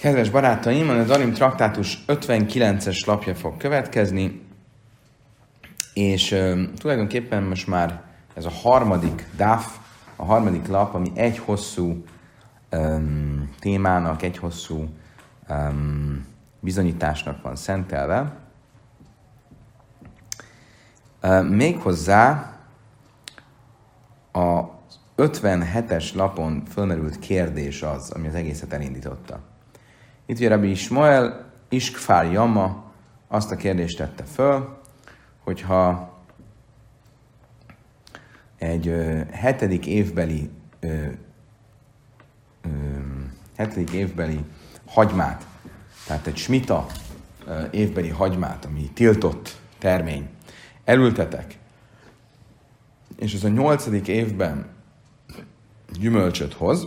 Kedves barátaim, a Darim traktátus 59-es lapja fog következni, és tulajdonképpen most már ez a harmadik daf, a harmadik lap, ami egy hosszú témának, egy hosszú bizonyításnak van szentelve. Méghozzá a 57-es lapon fölmerült kérdés az, ami az egészet elindította. Itt ugye Rabbi Ismael Iskfár Jama azt a kérdést tette föl, hogyha egy hetedik évbeli hagymát, tehát egy smita évbeli hagymát, ami tiltott termény, elültetek, és ez a 8. évben gyümölcsöt hoz,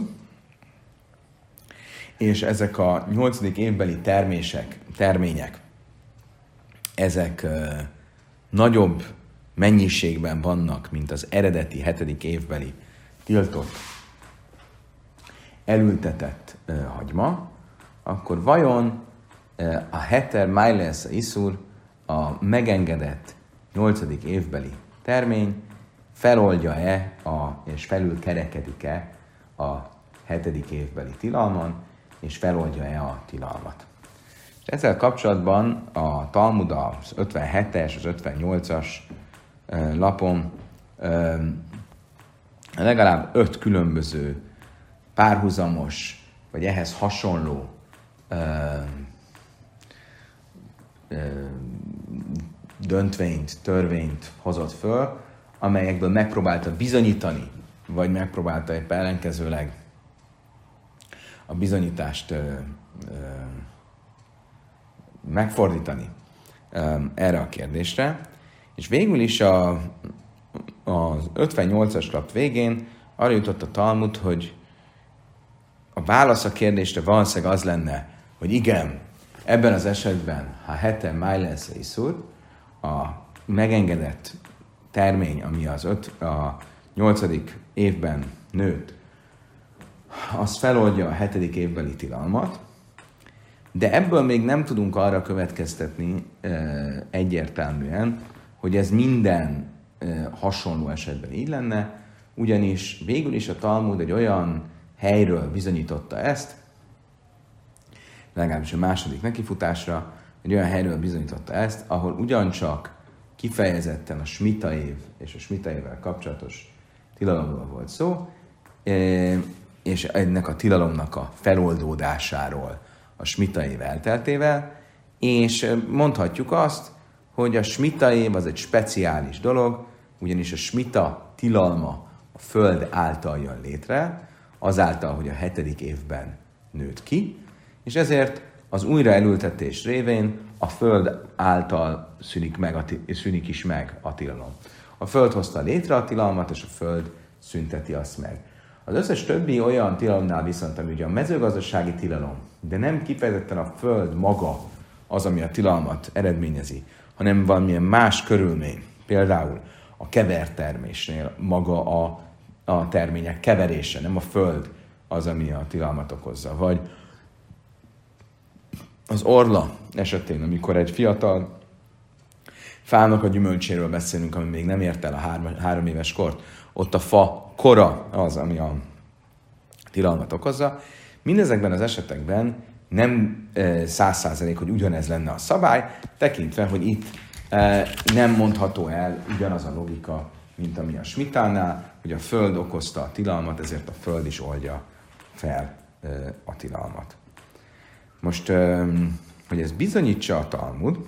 és ezek a 8. évbeli termények, ezek nagyobb mennyiségben vannak, mint az eredeti 7. évbeli tiltott, elültetett hagyma, akkor vajon a heter májlesz iszur, a megengedett 8. évbeli termény feloldja-e és felülkerekedik-e a 7. évbeli tilalman, és feloldja-e a tilalmat. És ezzel kapcsolatban a Talmud az 57-es, az 58-as lapon legalább 5 különböző párhuzamos, vagy ehhez hasonló döntvényt, törvényt hozott föl, amelyekből megpróbálta bizonyítani, vagy megpróbálta épp ellenkezőleg a bizonyítást megfordítani erre a kérdésre. És végül is az 58-as lap végén arra jutott a Talmud, hogy a válasz a kérdésre valószínűleg az lenne, hogy igen, ebben az esetben, ha heter májlesz iszur, a megengedett termény, ami a 8. évben nőtt, az feloldja a 7. évbeli tilalmat, de ebből még nem tudunk arra következtetni egyértelműen, hogy ez minden hasonló esetben így lenne, ugyanis végül is a Talmud egy olyan helyről bizonyította ezt, legalábbis a második nekifutásra, egy olyan helyről bizonyította ezt, ahol ugyancsak kifejezetten a smita év és a smita évvel kapcsolatos tilalomról volt szó, és ennek a tilalomnak a feloldódásáról a smita év elteltével, és mondhatjuk azt, hogy a smita év az egy speciális dolog, ugyanis a smita tilalma a föld által jön létre, azáltal, hogy a 7. évben nőtt ki, és ezért az újraelültetés révén a föld által szűnik is meg a tilalom. A föld hozta létre a tilalmat, és a föld szünteti azt meg. Az összes többi olyan tilalomnál viszont, ami ugye a mezőgazdasági tilalom, de nem kifejezetten a föld maga az, ami a tilalmat eredményezi, hanem valamilyen más körülmény, például a kevertermésnél maga a termények keverése, nem a föld az, ami a tilalmat okozza. Vagy az orla esetén, amikor egy fiatal fának a gyümölcséről beszélünk, ami még nem ért el a 3 éves kort, ott a fa kora az, ami a tilalmat okozza. Mindezekben az esetekben nem 100%, hogy ugyanez lenne a szabály, tekintve, hogy itt nem mondható el ugyanaz a logika, mint ami a smitánál, hogy a föld okozta a tilalmat, ezért a föld is oldja fel a tilalmat. Most, hogy ez bizonyítsa a Talmud,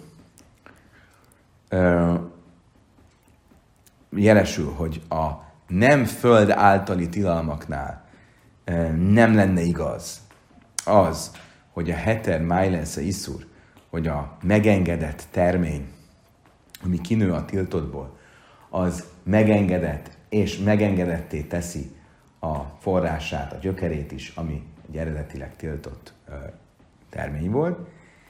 jelesül, hogy a nem föld általi tilalmaknál nem lenne igaz az, hogy a heter májlesz iszur, hogy a megengedett termény, ami kinő a tiltottból, az megengedett és megengedetté teszi a forrását, a gyökerét is, ami egy eredetileg tiltott termény volt.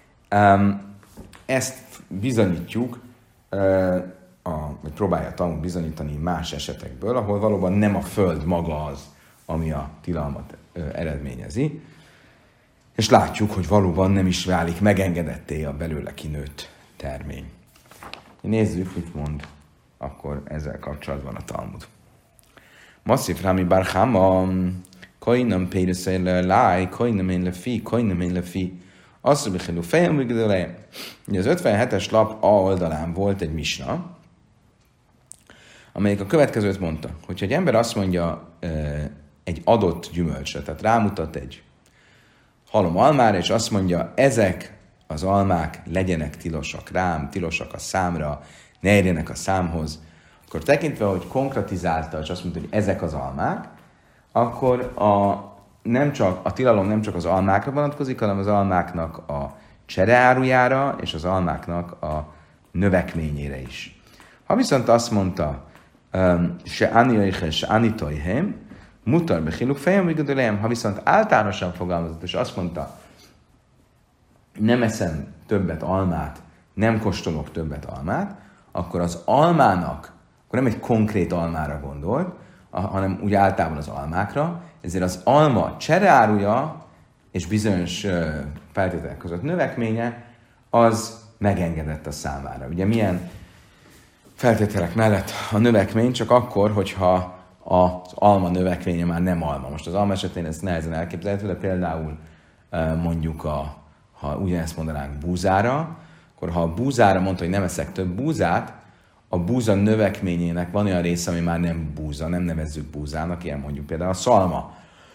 Ezt bizonyítjuk, vagy próbálja a Talmud bizonyítani más esetekből, ahol valóban nem a föld maga az, ami a tilalmat eredményezi. és látjuk, hogy valóban nem is válik megengedetté a belőle kinőtt termény. Nézzük, mit mond akkor ezzel kapcsolatban a Talmud. Masszif Rami Bar Chama, koinam péruszél láj, koinam én lefi, asszul bichilú fejem, vigdőle. Ugye az 57-es lap A oldalán volt egy misna, amelyik a következőt mondta, hogyha egy ember azt mondja egy adott gyümölcsre, tehát rámutat egy halom almára, és azt mondja, ezek az almák legyenek tilosak rám, tilosak a számra, ne érjenek a számhoz, akkor tekintve, hogy konkretizálta, és azt mondta, hogy ezek az almák, akkor a tilalom nem csak az almákra vonatkozik, hanem az almáknak a csereárujára, és az almáknak a növekményére is. Ha viszont azt mondta, se aniaihe, se anitojhem, mutar bechiluk fejem, vigudolém, ha viszont általánosan fogalmazott, és azt mondta, nem eszem többet almát, nem kóstolok többet almát, akkor az almának, akkor nem egy konkrét almára gondolt, hanem úgy általában az almákra, ezért az alma csereáruja és bizonyos feltételek között növekménye, az megengedett a számára. Ugye milyen feltételek mellett a növekmény csak akkor, hogyha az alma növekménye már nem alma. Most az alma esetén ez nehezen elképzelhető, de például mondjuk, ha ugyanezt mondanánk búzára, akkor ha a búzára mondta, hogy nem eszek több búzát, a búza növekményének van olyan része, ami már nem búza, nem nevezzük búzának, ilyen mondjuk például a szalma.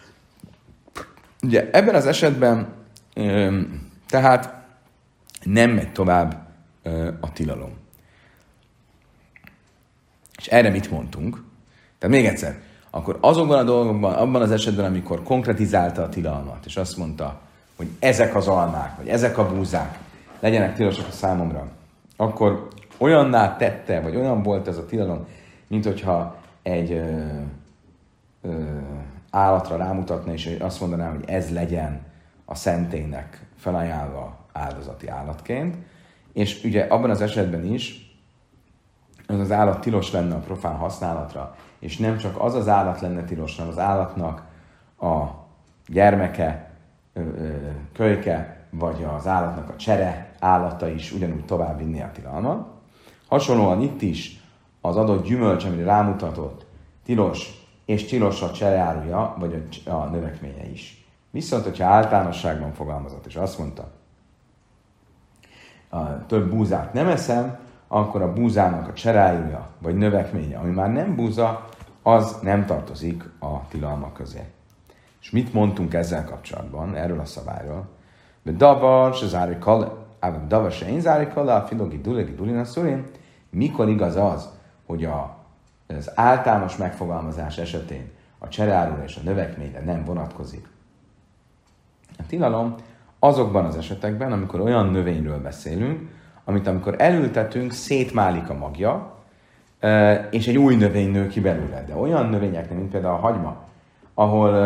Ugye ebben az esetben tehát nem megy tovább a tilalom. És erre mit mondtunk? Tehát még egyszer, akkor azokban a dolgokban, abban az esetben, amikor konkretizálta a tilalmat, és azt mondta, hogy ezek az almák, vagy ezek a búzák legyenek tilosak a számomra, akkor olyanná tette, vagy olyan volt ez a tilalom, mint hogyha egy állatra rámutatna, és azt mondaná, hogy ez legyen a szentélynek felajánlva áldozati állatként, és ugye abban az esetben is az állat tilos lenne a profán használatra, és nem csak az az állat lenne tilos, hanem az állatnak a gyermeke, kölyke, vagy az állatnak a csere állata is ugyanúgy tovább vinni a tilalmat. Hasonlóan itt is az adott gyümölcs, amire rámutatott, tilos, és tilos a csereáruja, vagy a növekménye is. Viszont, hogyha általánosságban fogalmazott, és azt mondta, több búzát nem eszem, akkor a búzának a csereáruja, vagy növekménye, ami már nem búza, az nem tartozik a tilalmak közé. És mit mondtunk ezzel kapcsolatban, erről a szabályról? De davar se zári kale, davar se én zári kale, a filogi dulina szurin. Mikor igaz az, hogy az általános megfogalmazás esetén a csereárura és a növekményre nem vonatkozik? A tilalom azokban az esetekben, amikor olyan növényről beszélünk, amit amikor elültetünk, szétmálik a magja, és egy új növény nő ki belőle. De olyan növényeknél, mint például a hagyma, ahol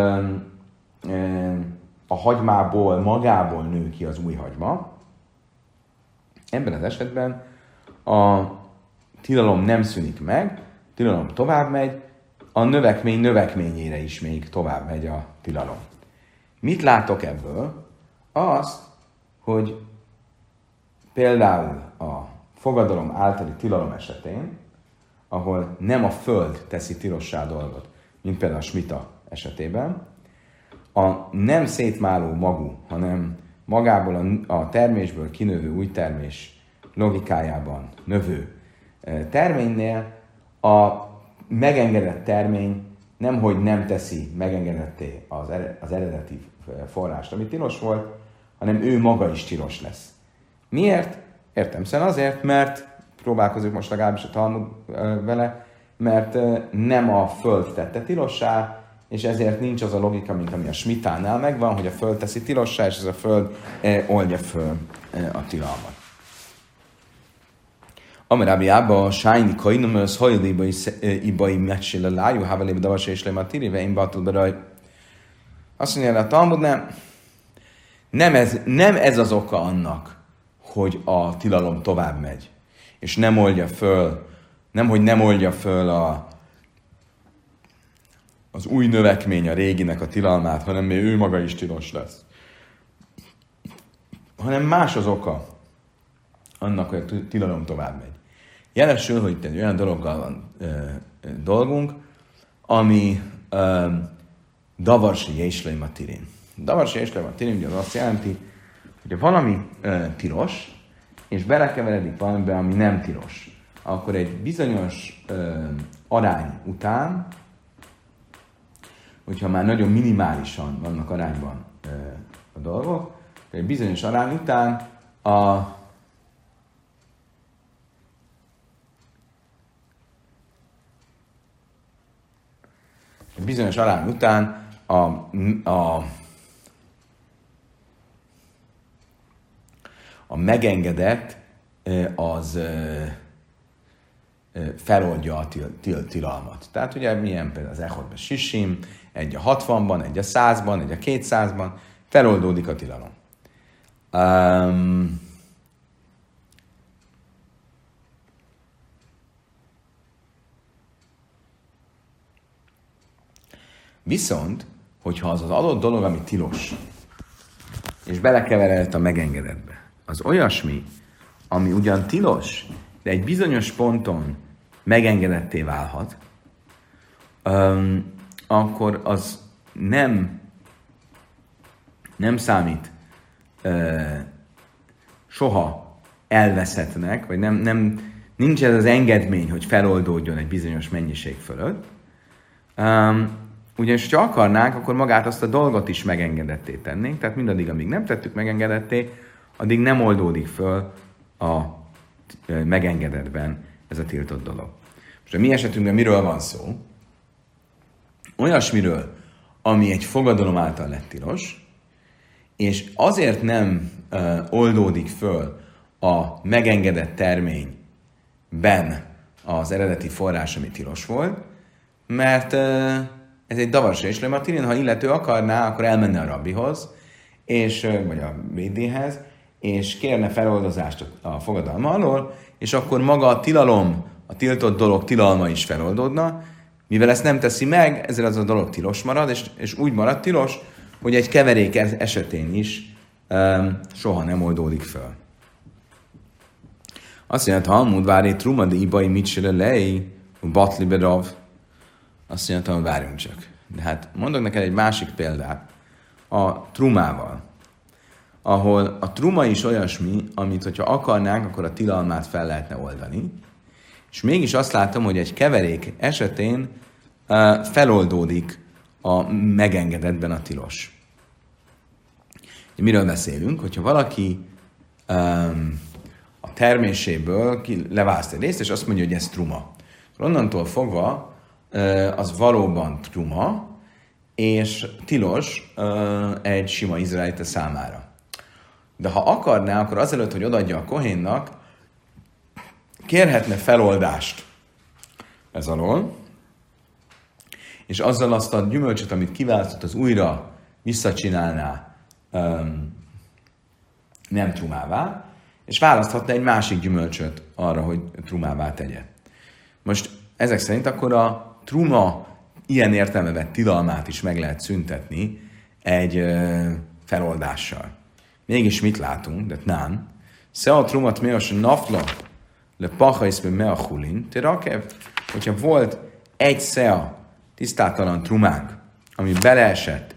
a hagymából, magából nő ki az új hagyma, ebben az esetben a tilalom nem szűnik meg, a tilalom tovább megy, a növekmény növekményére is még tovább megy a tilalom. Mit látok ebből? Azt, hogy például a fogadalom általi tilalom esetén, ahol nem a föld teszi tilossá a dolgot, mint például a smita esetében, a nem szétmáló magú, hanem magából a termésből kinövő új termés logikájában növő terménynél a megengedett termény nemhogy nem teszi megengedetté az eredeti forrást, ami tilos volt, hanem ő maga is tilos lesz. Miért? Értelemszerűen azért, mert próbálkozunk most legalábbis a Talmud vele, mert nem a föld tette tilossá, és ezért nincs az a logika, mint ami a smitánál megvan, hogy a föld teszi tilossá, és ez a föld oldja föl a tilalmat. Amirabi Abba, Sájni Kainumös, Hajliba Ibai Mecsile Lájú, Hávelébe Davasa és Lematiri, Vein Batul Beraj. Azt mondja, a Talmud nem ez az oka annak, hogy a tilalom tovább megy, és nem oldja föl, nem oldja föl az új növekmény a réginek a tilalmát, hanem ő maga is tilos lesz. hanem más az oka annak, hogy a tilalom tovább megy. Jelesül, hogy itt egy olyan dologgal van dolgunk, ami davarsi jéslőim a tirin. Davarsi jéslőim a tirin ugye az azt jelenti, hogy ha valami tilos, és belekeveredik valamibe, ami nem tilos, akkor egy bizonyos arány után, hogyha már nagyon minimálisan vannak arányban a dolgok, egy bizonyos arány után a megengedett az feloldja a tilalmat. Tehát ugye milyen például az echotben sisim, egy a 60-ban, egy a 100-ban, egy a 200-ban, feloldódik a tilalom. Viszont, hogyha az az adott dolog, ami tilos, és belekeverelt a megengedetbe, az olyasmi, ami ugyan tilos, de egy bizonyos ponton megengedetté válhat, akkor az nem számít soha elveszettnek, vagy nincs ez az engedmény, hogy feloldódjon egy bizonyos mennyiség fölött. Ugyanis, ha akarnánk, akkor magát azt a dolgot is megengedetté tennénk, tehát mindaddig, amíg nem tettük megengedetté, addig nem oldódik föl a megengedetben ez a tiltott dolog. Most a mi esetünkben miről van szó? Olyasmiről, ami egy fogadalom által lett tilos, és azért nem oldódik föl a megengedett terményben az eredeti forrás, ami tilos volt, mert ez egy davar séslőm a tirin, ha illető akarná, akkor elmenne a rabbihoz, vagy a védéhez, és kérne feloldozást a fogadalma alól, és akkor maga a tilalom, a tiltott dolog tilalma is feloldódna. Mivel ezt nem teszi meg, ezért az a dolog tilos marad, és úgy marad tilos, hogy egy keverék esetén is soha nem oldódik föl. Azt mondja, ha Talmud várj, trumadi ibai mit lej, batli berav. Azt mondja, hogy várjunk csak. De hát mondok neked egy másik példát a trumával, ahol a truma is olyasmi, amit hogyha akarnánk, akkor a tilalmát fel lehetne oldani, és mégis azt látom, hogy egy keverék esetén feloldódik a megengedetben a tilos. Miről beszélünk? Hogyha valaki a terméséből leválaszt egy részt, és azt mondja, hogy ez truma. Onnantól fogva az valóban truma, és tilos egy sima izraelita számára. De ha akarná, akkor azelőtt, hogy odaadja a kohénnak, kérhetne feloldást ez alól, és azzal azt a gyümölcsöt, amit kiválasztott, az újra visszacsinálná nem trumává, és választhatna egy másik gyümölcsöt arra, hogy trumává tegye. Most ezek szerint akkor a truma ilyen értelme vett tilalmát is meg lehet szüntetni egy feloldással. Mégis mit látunk? De nem. Szea trumat meos nafla le pachaiszbe meachulin te rakev. Hogyha volt egy szea tisztátalan trumánk, ami beleesett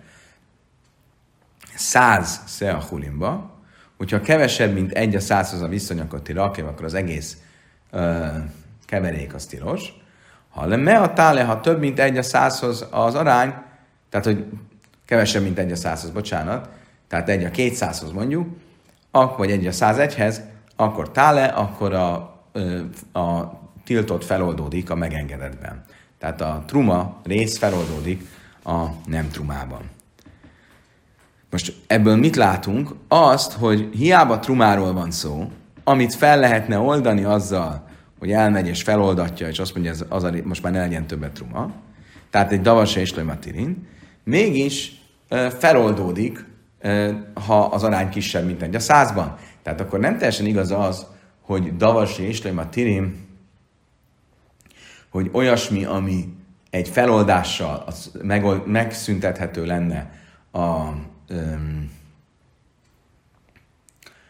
100 szea hulinba, hogyha kevesebb, mint 1/100-hoz a viszony, akkor ti rakev, akkor az egész keverék az tilos. Ha ha több, mint 1/100-hoz az arány, tehát, hogy kevesebb, mint 1/100-hoz, bocsánat, tehát 1/200-hoz mondjuk, vagy 1/101-hez, akkor akkor a tiltott feloldódik a megengedetben. Tehát a truma rész feloldódik a nem trumában. Most ebből mit látunk? Azt, hogy hiába trumáról van szó, amit fel lehetne oldani azzal, hogy elmegy és feloldatja, és azt mondja, most már ne legyen többet truma, tehát egy davas és lőmatirin, mégis feloldódik, ha az arány kisebb, mint 1/100-ban. Tehát akkor nem teljesen igaz az, hogy davas és lőmatirin, hogy olyasmi, ami egy feloldással megszüntethető lenne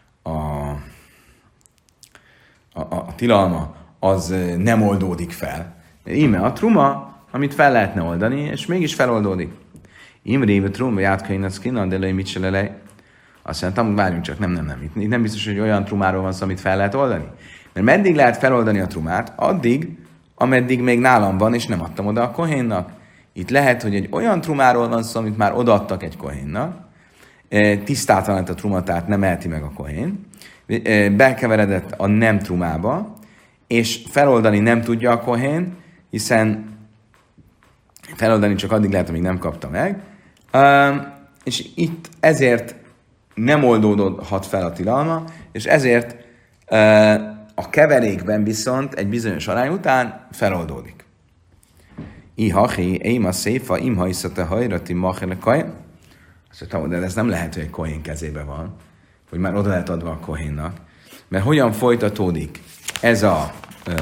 tilalma az nem oldódik fel. Íme a truma, amit fel lehetne oldani, és mégis feloldódik. Imréve truma, játkainac kina, de lej mit se lelej. Azt mondtam, várjunk csak, nem. Itt nem biztos, hogy olyan trumáról van szó, amit fel lehet oldani. Mert meddig lehet feloldani a trumát? Addig, ameddig még nálam van, és nem adtam oda a kohénnak. Itt lehet, hogy egy olyan trumáról van szó, amit már odaadtak egy kohénnak. Tisztátalan a truma, tehát nem eheti meg a kohén. Bekeveredett a nem trumába, és feloldani nem tudja a kohén, hiszen feloldani csak addig lehet, amíg nem kapta meg. És itt ezért nem oldódhat fel a tilalma, és ezért a keverékben viszont egy bizonyos arány után feloldódik. Ihachi, éma széfa, imhaiszate hajrati machele kajen. Azt mondtam, de ez nem lehet, hogy egy kohén kezébe van, hogy már oda lehet adva a kohénnak. Mert hogyan folytatódik ez a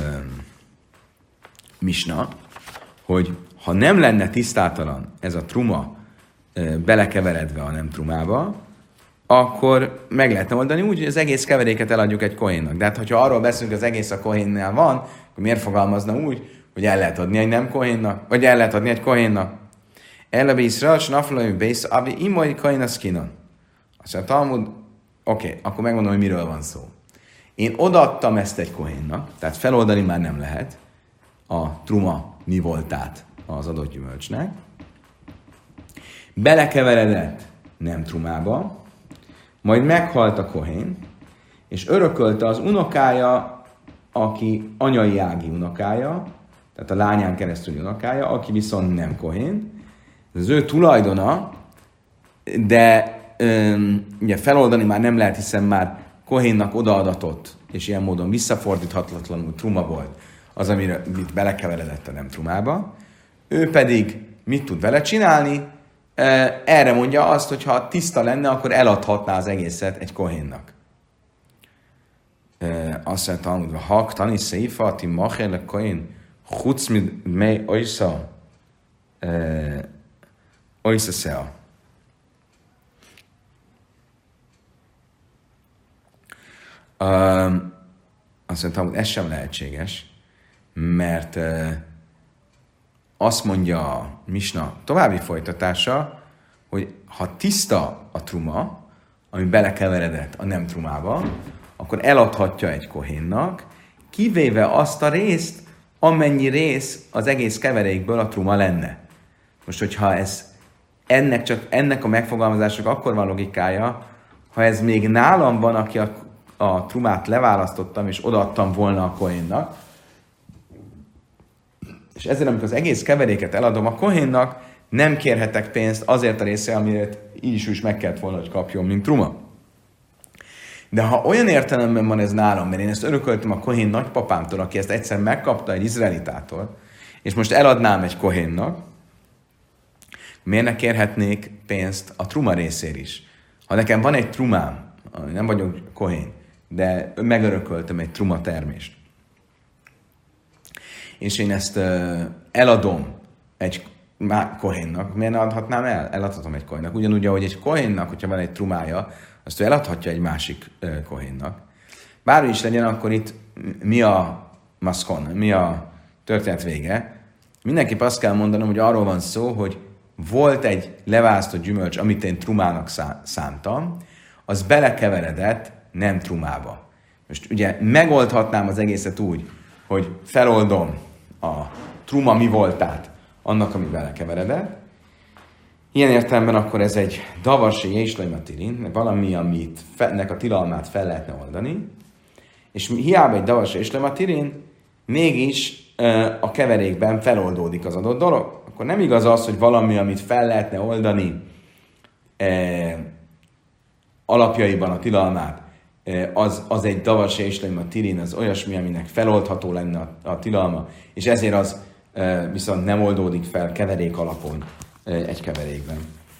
misna, hogy ha nem lenne tisztátalan ez a truma belekeveredve a nem trumába, akkor meg lehetne oldani úgy, hogy az egész keveréket eladjuk egy kohénnak. De hát, hogyha arról beszélünk, hogy az egész a kohénnál van, akkor miért fogalmazna úgy, hogy el lehet adni egy nem kohénnak, vagy el lehet adni egy kohénnak? Elebe Iszrael, s naflai bész, avi imai kohénasz kinon. Azt mondja, Talmud, oké, akkor megmondom, hogy miről van szó. Én odaadtam ezt egy kohénnak, tehát feloldani már nem lehet a truma mi voltát az adott gyümölcsnek. Belekeveredett nem trumába, majd meghalt a kohén, és örökölte az unokája, aki anyai ági unokája, tehát a lányán keresztül unokája, aki viszont nem kohén. Ez az ő tulajdona, de ugye feloldani már nem lehet, hiszen már kohénnak odaadatott, és ilyen módon visszafordíthatatlanul truma volt az, amire belekeveredett a nem trumába. Ő pedig mit tud vele csinálni? Erre mondja azt, hogy ha tiszta lenne, akkor eladhatná az egészet egy kohénnak. Azt mondja, Talmudva, hak tani széfa, ti machele kohén, chuc mit mely oisza szea. Azt mondtam, hogy ez sem lehetséges, mert azt mondja a misna további folytatása, hogy ha tiszta a truma, ami belekeveredett a nem trumába, akkor eladhatja egy kohénnak, kivéve azt a részt, amennyi rész az egész keverékből a truma lenne. Most, hogyha ennek a megfogalmazásnak akkor van logikája, ha ez még nálam van, aki a trumát leválasztottam, és odaadtam volna a kohénnak, és ezért, amikor az egész keveréket eladom a kohénnak, nem kérhetek pénzt azért a része, amire így is meg kellett volna, hogy kapjon, mint truma. De ha olyan értelemben van ez nálam, mert én ezt örököltem a kohén nagypapámtól, aki ezt egyszer megkapta egy izraelitától, és most eladnám egy kohénnak, miért ne kérhetnék pénzt a truma részér is? Ha nekem van egy trumám, nem vagyok kohén, de megörököltem egy truma termést, és én ezt eladom egy kohénnak, miért ne adhatnám el? Eladhatom egy kohénnak. Ugyanúgy, ahogy egy kohénnak, hogyha van egy trumája, azt ő eladhatja egy másik kohénnak. Bárhogy is legyen, akkor itt mi a maszkon, mi a történet vége? Mindenképp azt kell mondanom, hogy arról van szó, hogy volt egy leválasztott gyümölcs, amit én trumának szántam, az belekeveredett nem trumába. Most ugye megoldhatnám az egészet úgy, hogy feloldom a truma mi voltát annak, ami belekeveredett. Ilyen értelemben akkor ez egy davasi jéslajmatirin, valami, nek a tilalmát fel lehetne oldani, és hiába egy davasi jéslajmatirin, mégis a keverékben feloldódik az adott dolog. Akkor nem igaz az, hogy valami, amit fel lehetne oldani alapjaiban a tilalmát, az egy davasi jéslajmatirin, az olyasmi, aminek feloldható lenne a tilalma, és ezért az viszont nem oldódik fel keverék alapon egy keverékben.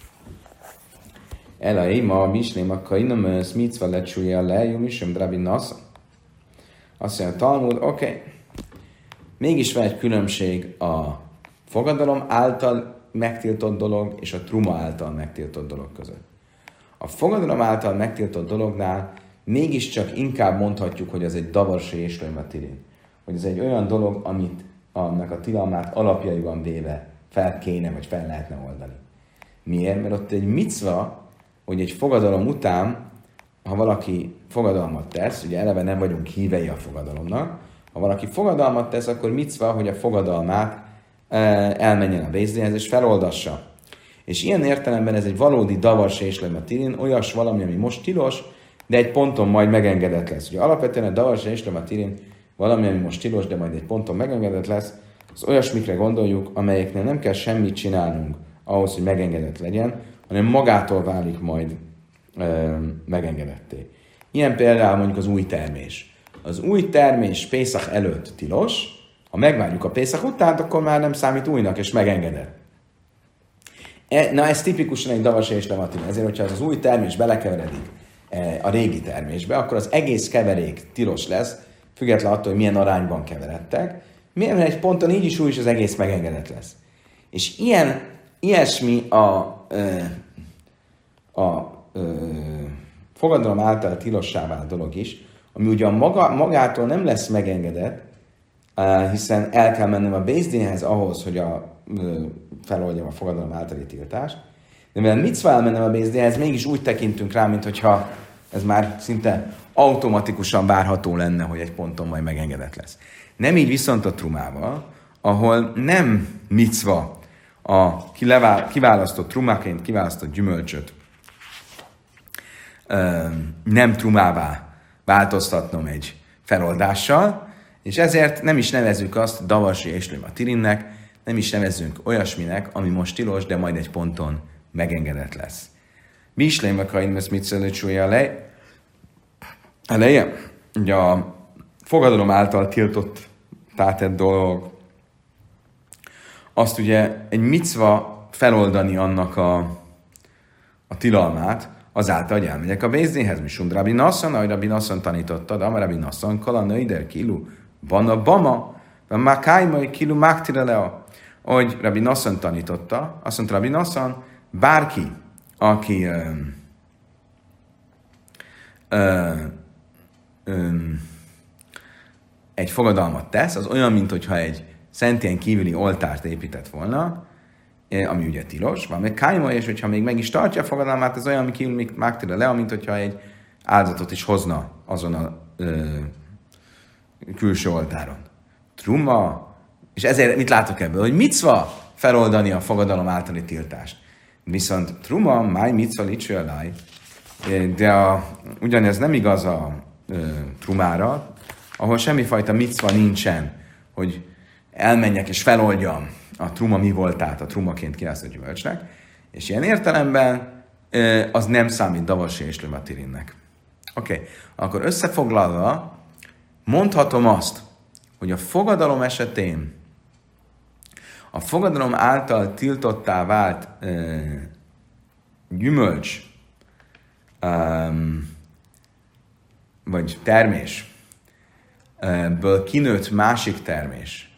Elai, ma a mislém, akkor innen smicva lecsúlja le, jó misem drabi nasza. Azt mondja a Talmud, oké. Mégis van egy különbség a fogadalom által megtiltott dolog és a truma által megtiltott dolog között. A fogadalom által megtiltott dolognál mégiscsak inkább mondhatjuk, hogy ez egy davar se éslőim tirin. Hogy ez egy olyan dolog, amit annak a tilalmát alapjaiban véve fel kéne, vagy fel lehetne oldani. Miért? Mert ott egy micva, hogy egy fogadalom után, ha valaki fogadalmat tesz, ugye eleve nem vagyunk hívei a fogadalomnak, ha valaki fogadalmat tesz, akkor micva, hogy a fogadalmát elmenjen a bézdéhez és feloldassa. És ilyen értelemben ez egy valódi davar se éslőim a tirin, olyas valami, ami most tilos, de egy ponton majd megengedett lesz. Ugye alapvetően a davar se éslőim a tirin valami, ami most tilos, de majd egy ponton megengedett lesz, az olyasmikre gondoljuk, amelyeknél nem kell semmit csinálnunk ahhoz, hogy megengedett legyen, hanem magától válik majd megengedetté. Ilyen például mondjuk az új termés. Az új termés Pészach előtt tilos, ha megvárjuk a Pészach után, akkor már nem számít újnak, és megengedett. Na ez tipikusan egy davar se éslőim a tirin. Ezért, hogyha az új termés belekeveredik a régi termésbe, akkor az egész keverék tilos lesz, függetlenül attól, hogy milyen arányban keveredtek. Miért? Mert egy ponton így is úgy is az egész megengedett lesz. És ilyesmi a fogadalom által tilossá vált dolog is, ami ugyan magától nem lesz megengedett, hiszen el kell mennem a Bézdénhez ahhoz, hogy feloldjam a fogadalom általi tiltást, de mivel micva elmennem a Bézdénhez, mégis úgy tekintünk rá, mintha ez már szinte automatikusan várható lenne, hogy egy ponton majd megengedett lesz. Nem így viszont a trumával, ahol nem micva a kiválasztott trumáként kiválasztott gyümölcsöt nem trumává változtatnom egy feloldással, és ezért nem is nevezzük azt davar se éslőim a tirinnek, nem is nevezzünk olyasminek, ami most tilos, de majd egy ponton megengedett lesz. Bísléim a kain, ezt mit szólít eleje? Ugye a fogadalom által tiltott tátett dolog, azt ugye egy micva feloldani annak a tilalmát, azáltal, hogy elmegyek a Bézdénhez. Misund Rabbi Nassan, ahogy Rabbi Nassan tanította, de Rabbi Nassan, kala nöjder kilu, van a bama, van már kájmai kilu máktire lea. Ahogy Rabbi Nassan tanította, azt mondta Rabbi Nassan, bárki, aki egy fogadalmat tesz, az olyan, mintha egy szentélyen kívüli oltárt épített volna, ami ugye tilos, van meg kájma, és hogyha még meg is tartja a fogadalmát, ez olyan, ami kívül még mágtére le, mint hogyha egy áldozatot is hozna azon a külső oltáron. Truma, és ezért mit látok ebből? Hogy micva feloldani a fogadalom általi tiltást. Viszont truma, máj micva licsőláj, de ugyanez nem igaz a trumára, ahol semmifajta micva nincsen, hogy elmenjek és feloldjam a truma mi voltát a trumaként kiválasztott gyümölcsnek, és ilyen értelemben az nem számít davar se éslőim a tirinnek. Oké, akkor összefoglalva mondhatom azt, hogy a fogadalom esetén a fogadalom által tiltottá vált gyümölcs vagy termésből kinőtt másik termés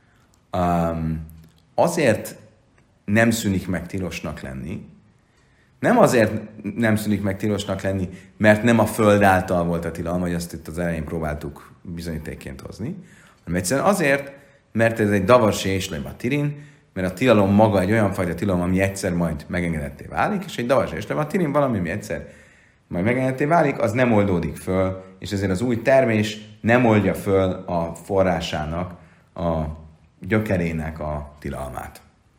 azért nem szűnik meg tilosnak lenni, nem azért nem szűnik meg tilosnak lenni, mert nem a föld által volt a tilalma, hogy azt itt az elején próbáltuk bizonyítékként hozni, hanem egyszerűen azért, mert ez egy davar se éslőim a tirin, mert a tilalom maga egy olyan fajta tilalom, ami egyszer majd megengedetté válik, és egy davar se éslőim a tirin valami, ami egyszer majd megengedetté válik, az nem oldódik föl, és ezért az új termés nem oldja föl a forrásának, a gyökerének a tilalmát.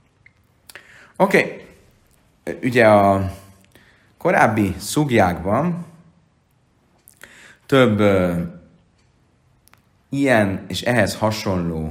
Oké. Ugye a korábbi szugjákban több ilyen és ehhez hasonló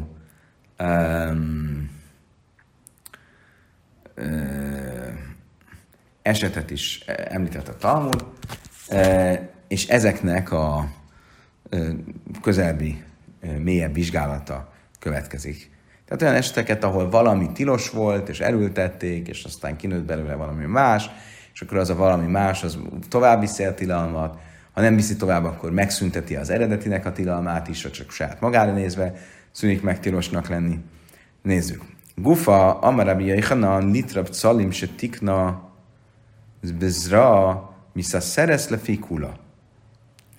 esetet is említett a Talmud, és ezeknek a közelebbi, mélyebb vizsgálata következik. Tehát olyan eseteket, ahol valami tilos volt, és elültették, és aztán kinőtt belőle valami más, és akkor az a valami más, az tovább viszi a tilalmat, ha nem viszi tovább, akkor megszünteti az eredetinek a tilalmát is, vagy csak saját magára nézve szűnik meg tilosnak lenni. Nézzük. Gufa, amarabi jaichanan, litrab calim se tikna, bezra, misza szeresz le fikula.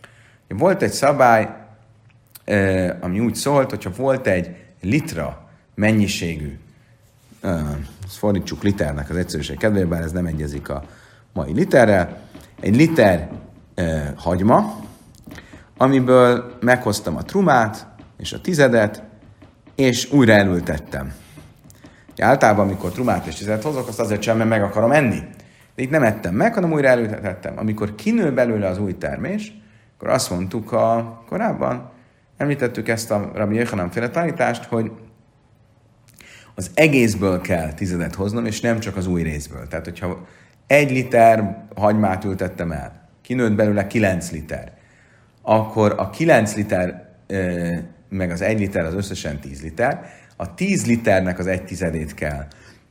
Volt egy szabály, ami úgy szólt, hogyha volt egy litra mennyiségű, ezt fordítsuk liternek az egyszerűség kedvéért, bár ez nem egyezik a mai literrel, egy liter hagyma, amiből meghoztam a trumát és a tizedet, és újra elültettem. Általában, amikor trumát és tizedet hozok, azt azért sem, mert meg akarom enni. De itt nem ettem meg, hanem újra elültettem. Amikor kinő belőle az új termés, akkor azt mondtuk korábban, említettük ezt a Rabbi Yochanan féle tanítást, hogy az egészből kell tizedet hoznom, és nem csak az új részből. Tehát, hogyha 1 liter hagymát ültettem el, kinőtt belőle 9 liter, akkor a 9 liter meg az 1 liter az összesen 10 liter, a 10 liternek az 1/10 kell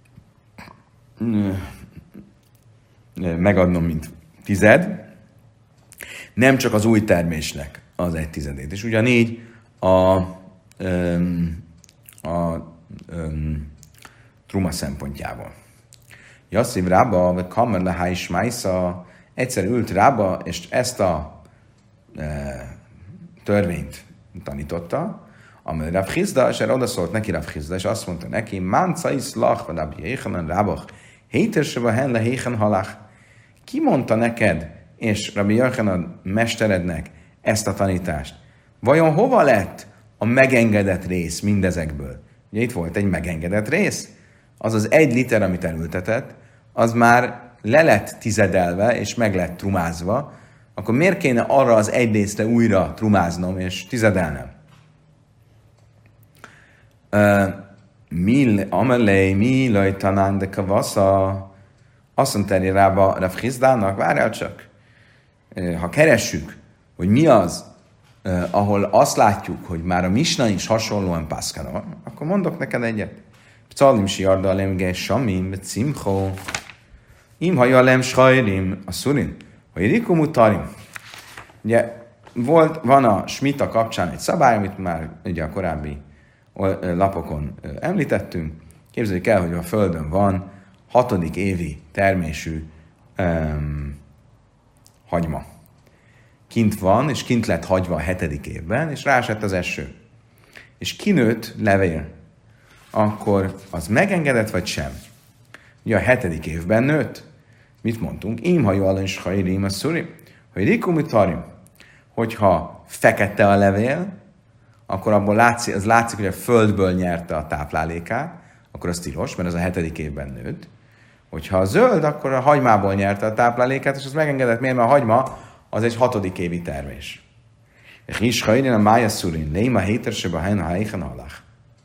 megadnom, mint tized, nem csak az új termésnek az 1/10. És ugyanígy a truma szempontjából. Jasszív Rába, vagy Kamer Lehá is Májsza egyszer ült Rába, és ezt a törvényt tanította, amely Rav Chizda, és erre odaszólt neki Rav Chizda, és azt mondta neki, Mánca iszlach, vagy Rabbi Yochanan Rábach, hétersebe hen lehéchen halach. Ki mondta neked, és Rabbi Yochanan mesterednek ezt a tanítást? Vajon hova lett a megengedett rész mindezekből? Ugye itt volt egy megengedett rész, az az 1 liter, amit elültetett, az már le lett tizedelve, és meg lett trumázva, akkor miért kéne arra az 1 részre újra trumáznom, és tizedelnem? Mi lajtanán de kavasza, azt mondta Rába Rav Chizdának, várjál csak, ha keressük, hogy mi az, ahol azt látjuk, hogy már a Misna is hasonlóan pászkál, akkor mondok neked egyet. Pcalim si arda alem ge samim, cimcho, im hajalem schajrim, a szurin, hogy rikum utarim. Ugye van a smita kapcsán egy szabály, amit már ugye a korábbi lapokon említettünk. Képzeljük el, hogy a Földön van 6. évi termésű hagyma. Kint van, és kint lett hagyva a 7. évben, és rásett az eső. És kinőtt levél. Akkor az megengedett, vagy sem? Ugye a 7. évben nőtt. Mit mondtunk? Imhajó alany shajrim a szuri, hogy rikumi tarim. Hogyha fekete a levél, akkor abból látszik, hogy a földből nyerte a táplálékát, akkor az tilos, mert az a 7. évben nőtt. Hogyha a zöld, akkor a hagymából nyerte a táplálékát, és az megengedett, miért? Mert a hagyma az egy 6. évi termés. És hajrin a mája szurin, léma hétersebe hen a helyen halach.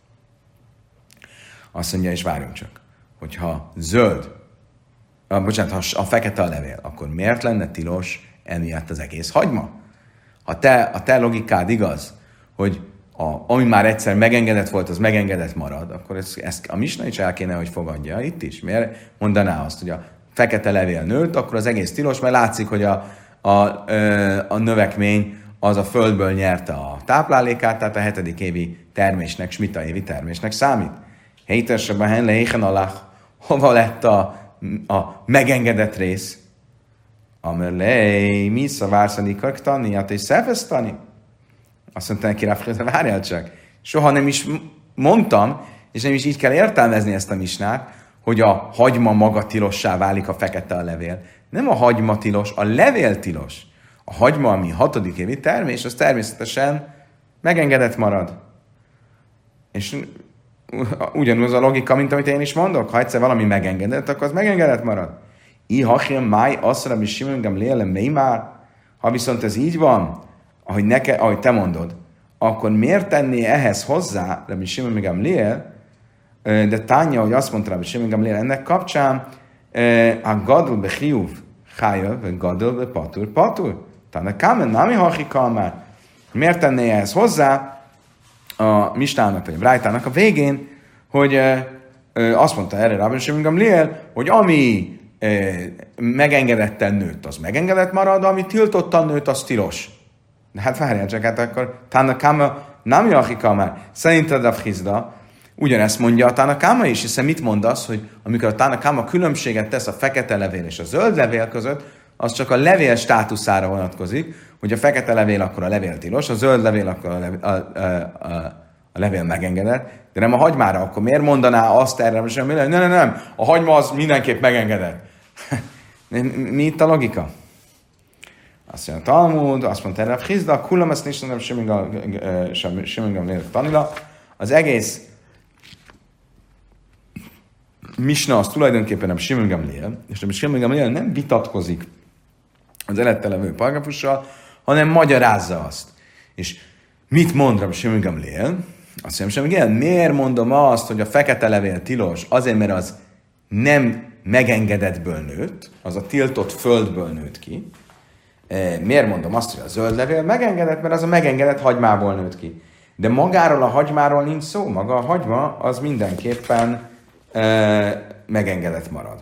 Azt mondja, és várjunk csak, hogyha zöld, ha fekete a levél, akkor miért lenne tilos emiatt az egész hagyma? Ha a te logikád igaz, hogy ami már egyszer megengedett volt, az megengedett marad, akkor ezt a Misna is el kéne, hogy fogadja itt is. Miért mondaná azt, hogy a fekete levél nőtt, akkor az egész tilos, mert látszik, hogy a növekmény az a földből nyerte a táplálékát, tehát a 7. évi termésnek, smita évi termésnek számít. Hétersebben hen lehéchen alach, hova lett a megengedett rész? Amerlej, mi szavárszani kaktani, hát és szefesztani. Azt mondta neki Rav Chizda, várjál csak. Soha nem is mondtam, és nem is így kell értelmezni ezt a misnát, hogy a hagyma maga tilossá válik, a fekete a levél. Nem a hagyma tilos, a levél tilos. A hagyma, ami 6. évi termés, az természetesen megengedett marad. És ugyanúgy a logika, mint amit én is mondok. Ha egyszer valami megengedett, akkor az megengedett marad. Ihachim máj asszra mi simon gamliel meimár. Ha viszont ez így van, ahogy te mondod, akkor miért tenné ehhez hozzá Rabbi Shimon Gamliel, de Tánya, hogy azt mondta Rabbi Shimon Gamliel ennek kapcsán, a gadol be chiuv chájav, vagy gadol be patur. Tehát kámen nami hachika már. Miért tenné ehhez hozzá a Misnának, vagy a Brájtának a végén, hogy azt mondta erre Rabbi Shimon Gamliel, hogy ami megengedetten nőtt, az megengedett marad, ami tiltottan nőtt, az tilos. De hát várjál csak, hát akkor Tanakama nem jachika már. Szerinted Rav Chizda ugyanezt mondja a Tanakama is, hiszen mit mondasz, hogy amikor a Tanakama különbséget tesz a fekete levél és a zöld levél között, az csak a levél státuszára vonatkozik, hogy a fekete levél, akkor a levél tilos, a zöld levél, akkor a levél megengedett, de nem a hagymára, akkor miért mondaná azt erre semmi? Nem, a hagyma az mindenképp megengedett. Mi itt a logika? Azt mondja a Talmud, azt mondta erre a Chizda, kullam ezt nincs, nem semmingam lélet tanila. Az egész misna az tulajdonképpen nem Shimon Gamliel, és nem Shimon Gamliel nem vitatkozik az előtte levő paragrafussal, hanem magyarázza azt. És mit mond Rabbi Shimon Gamliel? Azt mondja, Shimon Gamliel, miért mondom azt, hogy a fekete levél tilos? Azért, mert az nem megengedettből nőtt, az a tiltott földből nőtt ki. Miért mondom azt, hogy a zöld levél megengedett, mert az a megengedett hagymából nőtt ki. De magáról a hagymáról nincs szó, maga a hagyma az mindenképpen megengedett marad.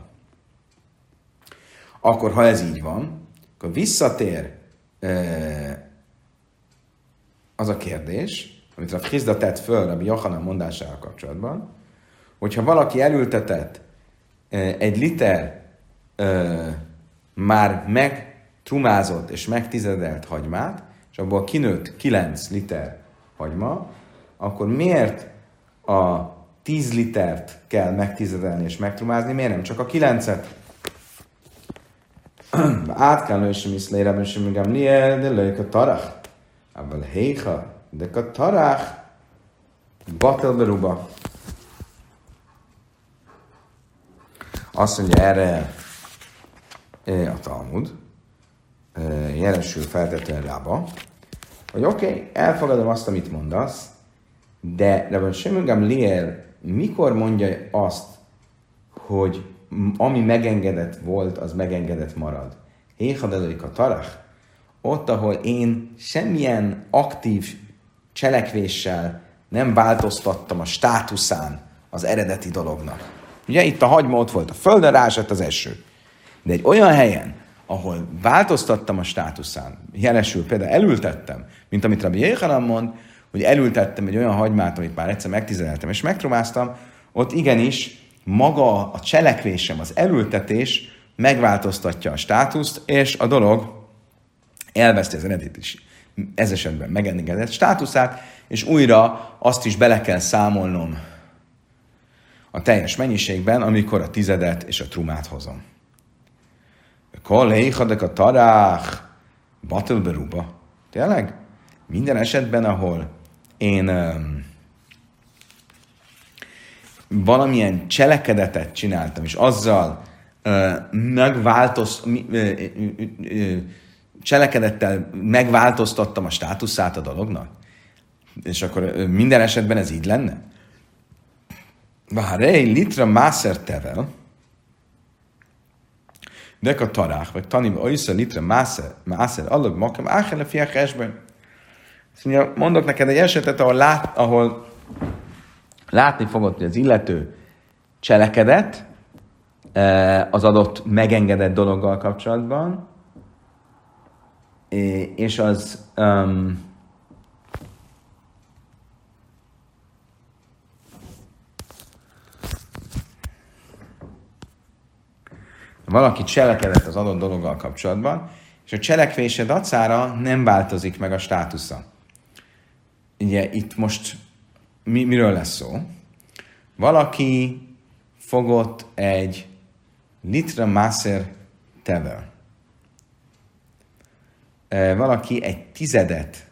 Akkor, ha ez így van, akkor visszatér az a kérdés, amit a Chizda tett föl Rabbi Yochanan mondásával kapcsolatban, hogyha valaki elültetett egy liter már megtrumázott és megtizedelt hagymát, és abból kinőtt 9 liter hagyma, akkor miért a 10 litert kell megtizedelni és megtrumázni, miért nem csak a 9-et? Át kell lősem iszlére, és még emlél, de lők a tarach. Abban héha, de a tarach batel beruba. Azt mondja erre a Talmud, jelensül feltetően rába, hogy oké, elfogadom azt, amit mondasz, de Rabbi Shimon Gamliel mikor mondja azt, hogy ami megengedett volt, az megengedett marad? Héhadelőik a tarach, ott, ahol én semmilyen aktív cselekvéssel nem változtattam a státuszán az eredeti dolognak. Ugye itt a hagyma ott volt a földön, ráesett az eső. De egy olyan helyen, ahol változtattam a státuszán, jelesül például elültettem, mint amit Rabbi Yochanan mond, hogy elültettem egy olyan hagymát, amit már egyszer megtizedeltem és megtrumáztam, ott igenis maga a cselekvésem, az elültetés megváltoztatja a státuszt, és a dolog elveszti az eredeti ez esetben megengedett státuszát, és újra azt is bele kell számolnom a teljes mennyiségben, amikor a tizedet és a trumát hozom. Kol héjhadek a tarách, batel beruba. Tényleg? Minden esetben, ahol én valamilyen cselekedetet csináltam, és azzal cselekedettel megváltoztattam a státuszát a dolognak, és akkor minden esetben ez így lenne? Várj, litra mászer tevel, de a tarách, vagy tanim, oisza litra mászer, allag makam, áhele fiach esben. Mondok neked egy esetet, ahol látni fogod, hogy az illető cselekedett az adott megengedett dologgal kapcsolatban, és az valaki cselekedett az adott dologgal kapcsolatban, és a cselekvése dacára nem változik meg a státusza. Ugye itt most miről lesz szó? Valaki fogott egy litra mászer tevel. Valaki egy tizedet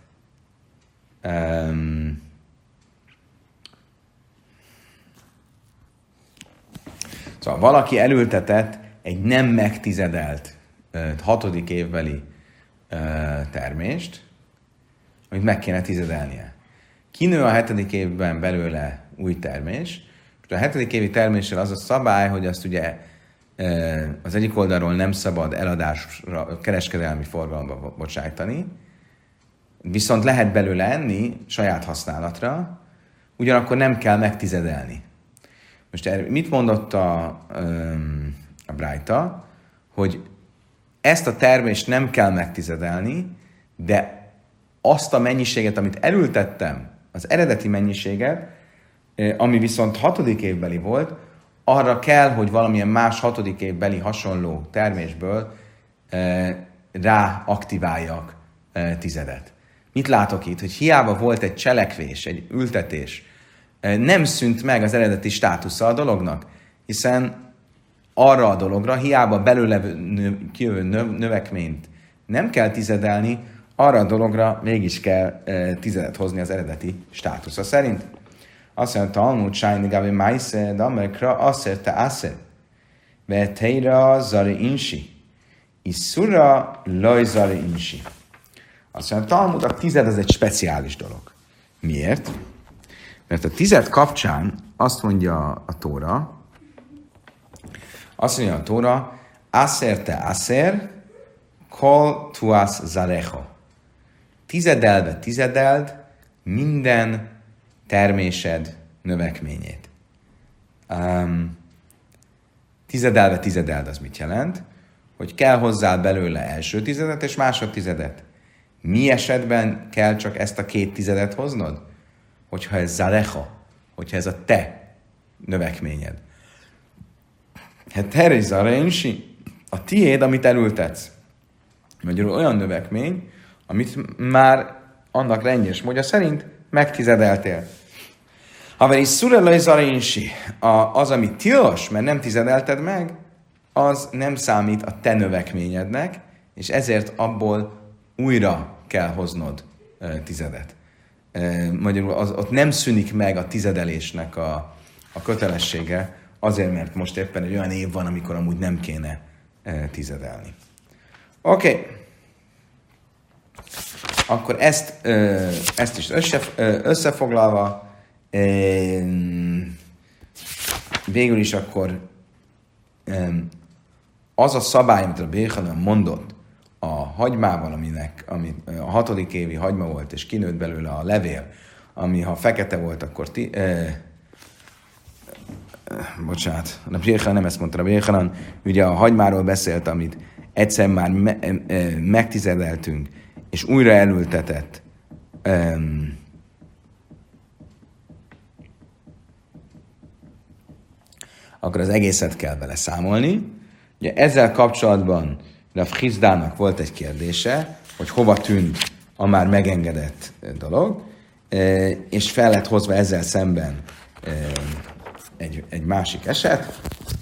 szóval valaki elültetett egy nem megtizedelt 6. évbeli termést, amit meg kéne tizedelnie. Kinő a 7. évben belőle új termés, és a 7. évi terméssel az a szabály, hogy azt ugye az egyik oldalról nem szabad eladásra, kereskedelmi forgalomba bocsájtani, viszont lehet belőle enni saját használatra, ugyanakkor nem kell megtizedelni. Most mit mondott a Brájta, hogy ezt a termést nem kell megtizedelni, de azt a mennyiséget, amit elültettem, az eredeti mennyiséget, ami viszont 6. évbeli volt, arra kell, hogy valamilyen más 6. évbeli hasonló termésből ráaktiváljak tizedet. Mit látok itt? Hogy hiába volt egy cselekvés, egy ültetés, nem szűnt meg az eredeti státusza a dolognak, hiszen arra a dologra, hiába belőle kijövő növekményt nem kell tizedelni, arra a dologra mégis kell tizedet hozni az eredeti státusza szerint. Azt mondja, Talmud, Sájni Gabi Májsze, Damekra, Aszer te Aszer, Veteira Zari Insi, Iszura Laj Zari Insi. Azt mondja, Talmud, a tized az egy speciális dolog. Miért? Mert a tized kapcsán azt mondja a Tóra, Aszer te Aszer, Kol tuas zarecho. Tizedeld minden termésed növekményét. Tizedeld az mit jelent? Hogy kell hozzá belőle első tizedet és másodtizedet. Mi esetben kell csak ezt a két tizedet hoznod? Hogyha ez zarecha, hogyha ez a te növekményed. Hát terj zarensi, a tiéd, amit elültetsz. Magyarul olyan növekmény, amit már annak rendjes módja szerint megtizedeltél. Haver is szurelaj zarensi, az, ami tilos, mert nem tizedelted meg, az nem számít a te növekményednek, és ezért abból újra kell hoznod tizedet. Magyarul ott nem szűnik meg a tizedelésnek a kötelessége, azért, mert most éppen egy olyan év van, amikor amúgy nem kéne tizedelni. Oké. Akkor ezt is összefoglalva, végül is akkor az a szabály, amit a Béhanan mondott a hagymával, ami a 6. évi hagyma volt, és kinőtt belőle a levél, ami ha fekete volt, akkor bocsánat, a Béhanan nem ezt mondta, a Béhanan ugye a hagymáról beszélt, amit egyszer már megtizedeltünk, és újra elültetett akkor az egészet kell vele számolni. Ugye ezzel kapcsolatban Rav Hizdának volt egy kérdése, hogy hova tűnt a már megengedett dolog, és fel lett hozva ezzel szemben egy másik eset.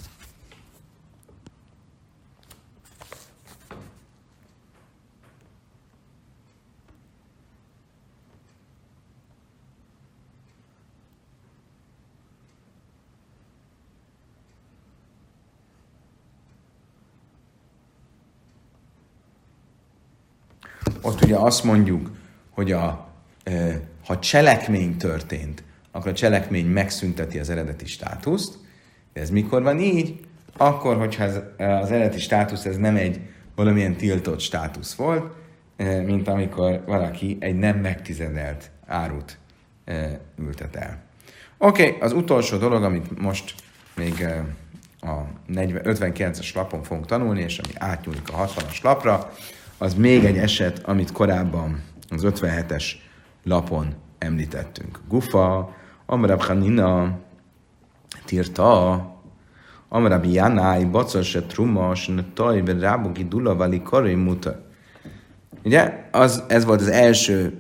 Ott ugye azt mondjuk, hogy ha cselekmény történt, akkor a cselekmény megszünteti az eredeti státuszt. De ez mikor van így? Akkor, hogyha az eredeti státusz ez nem egy valamilyen tiltott státusz volt, mint amikor valaki egy nem megtizedelt árut ültet el. Oké, az utolsó dolog, amit most még a 59-es lapon fogunk tanulni, és ami átnyúlik a 60-as lapra, az még egy eset, amit korábban az 57-es lapon említettünk. Gufa, Amrab Hanina, Tirta, Amrab Janai, Bacas, Trumas, Tajber, Rábugi, Dulavali, Karim, Muta. Ugye, ez volt az első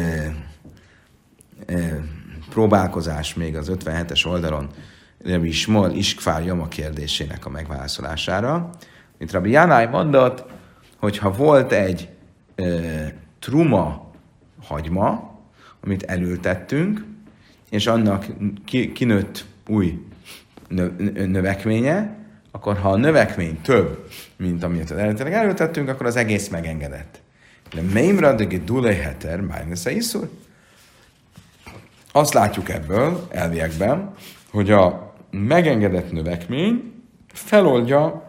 próbálkozás még az 57-es oldalon Rabbi Shmuel Iskfár Joma kérdésének a megválaszolására. Mint Rabbi Janai mondott, hogyha volt egy truma hagyma, amit elültettünk, és annak kinőtt új növekménye, akkor ha a növekmény több, mint amit eredetileg elültettünk, akkor az egész megengedett. De meimra de gedulei heter, májnesze iszur. Azt látjuk ebből, elviekben, hogy a megengedett növekmény feloldja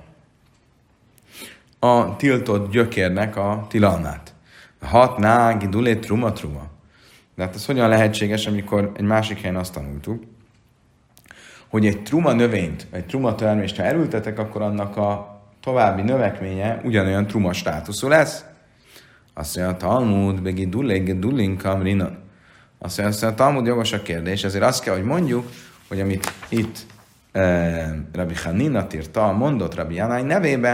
a tiltott gyökérnek a tilalmát. Hatná, gidulé, truma. De hát ez hogyan lehetséges, amikor egy másik helyen azt tanultuk, hogy egy truma növényt, egy truma termést, ha elültetek, akkor annak a további növekménye ugyanolyan truma státuszú lesz. Azt mondja, a Talmud, begi dulén kamrinon. Azt mondja, a Talmud jogos a kérdés, ezért azt kell, hogy mondjuk, hogy amit itt Rabbi Hanina írta, mondott Rabbi Janai nevében,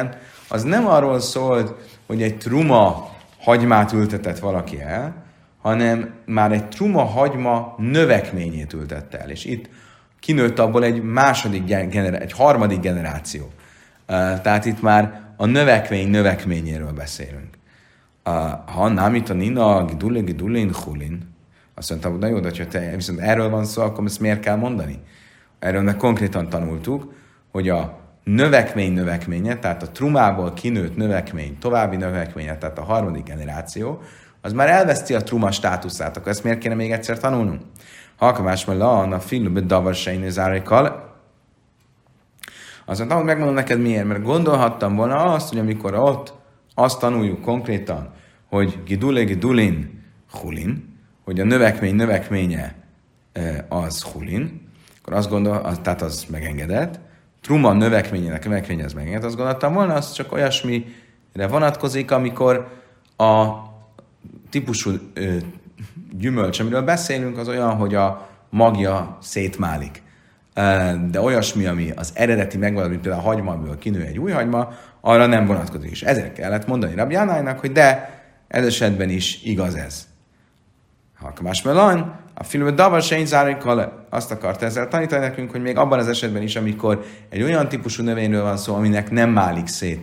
az nem arról szólt, hogy egy truma hagymát ültetett valaki el, hanem már egy truma hagyma növekményét ültette el. És itt kinőtt abból egy harmadik generáció. Tehát itt már a növekményéről beszélünk. Ha nem itt a nina, gidulin, hulin, azt mondtam, hogy na jó, de ha te viszont erről van szó, akkor ezt miért kell mondani? Erről meg konkrétan tanultuk, hogy a növekménye, tehát a trumából kinőtt növekmény, további növekménye, tehát a harmadik generáció, az már elveszti a truma státuszát, akkor ezt miért kéne még egyszer tanulnunk? Halkamás mert a filmbe davarsein zárékkal. Azt mondtam, hogy megmondom neked miért, mert gondolhattam volna azt, hogy amikor ott azt tanuljuk konkrétan, hogy gidulin, hulin, hogy a növekménye az hulin, akkor azt tehát az megengedett, truma növekménye az megengedett, azt gondoltam volna, az csak olyasmire vonatkozik, amikor a típusú gyümölcs, amiről beszélünk, az olyan, hogy a magja szétmálik. De olyasmi, ami az eredeti megvalósult, mint például a hagyma, amiből kinő egy új hagyma, arra nem vonatkozik. És ezért kellett mondani Rabbi Jánájnak, hogy de, ez esetben is igaz ez. Halkamás melany, a filmben davar se zárékkal azt akart ezzel tanítani nekünk, hogy még abban az esetben is, amikor egy olyan típusú növényről van szó, aminek nem málik szét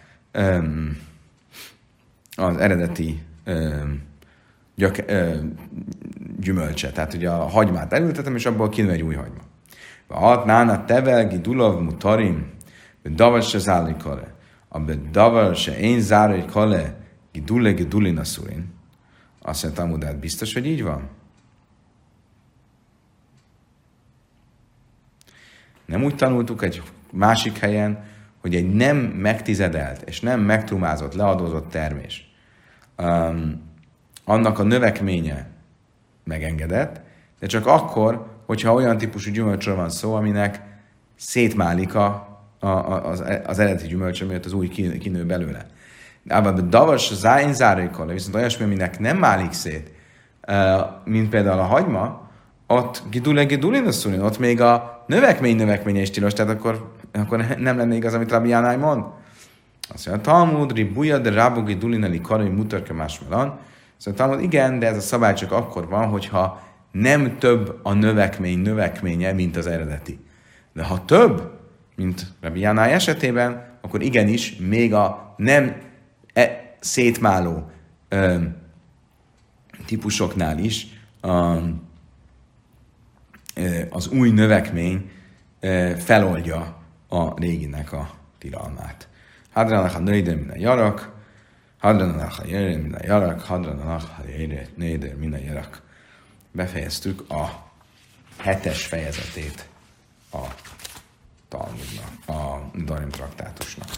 az eredeti gyümölcse. Tehát ugye a hagymát elültetem, és abból kinő egy új hagyma. Hát nána tevel gidulav mutarim, davar se zárékkal, a davar se én zárékkal gidulin aszurin. Azt mondta, Talmud, biztos, hogy így van? Nem úgy tanultuk egy másik helyen, hogy egy nem megtizedelt és nem megtrumázott, leadózott termés, annak a növekménye megengedett, de csak akkor, hogyha olyan típusú gyümölcsről van szó, aminek szétmálik az eredeti gyümölcs, miatt az új kinő belőle. De a davas zájn zárékkal, viszont olyasmi, aminek nem málik szét, mint például a hagyma, ott gidulin asszulin, ott még a növekménye is tilos, tehát akkor nem lenne igaz, amit Rabbi Jánáj mond. Azt mondja, Talmud, ribuja de rabu gidulin eli karai mutarke másmelan. Szóval Talmud, igen, de ez a szabály csak akkor van, hogyha nem több a növekménye, mint az eredeti. De ha több, mint Rabbi Jánáj esetében, akkor igenis még a nem szétmáló típusoknál is az új növekmény feloldja a réginek a tilalmát. Hadranach a nőider min a jarak, hadranach a jöjjön min a jarak, hadranach a nőider min a jarak. Befejeztük a 7. fejezetét a Talmudnak, a Darim traktátusnak.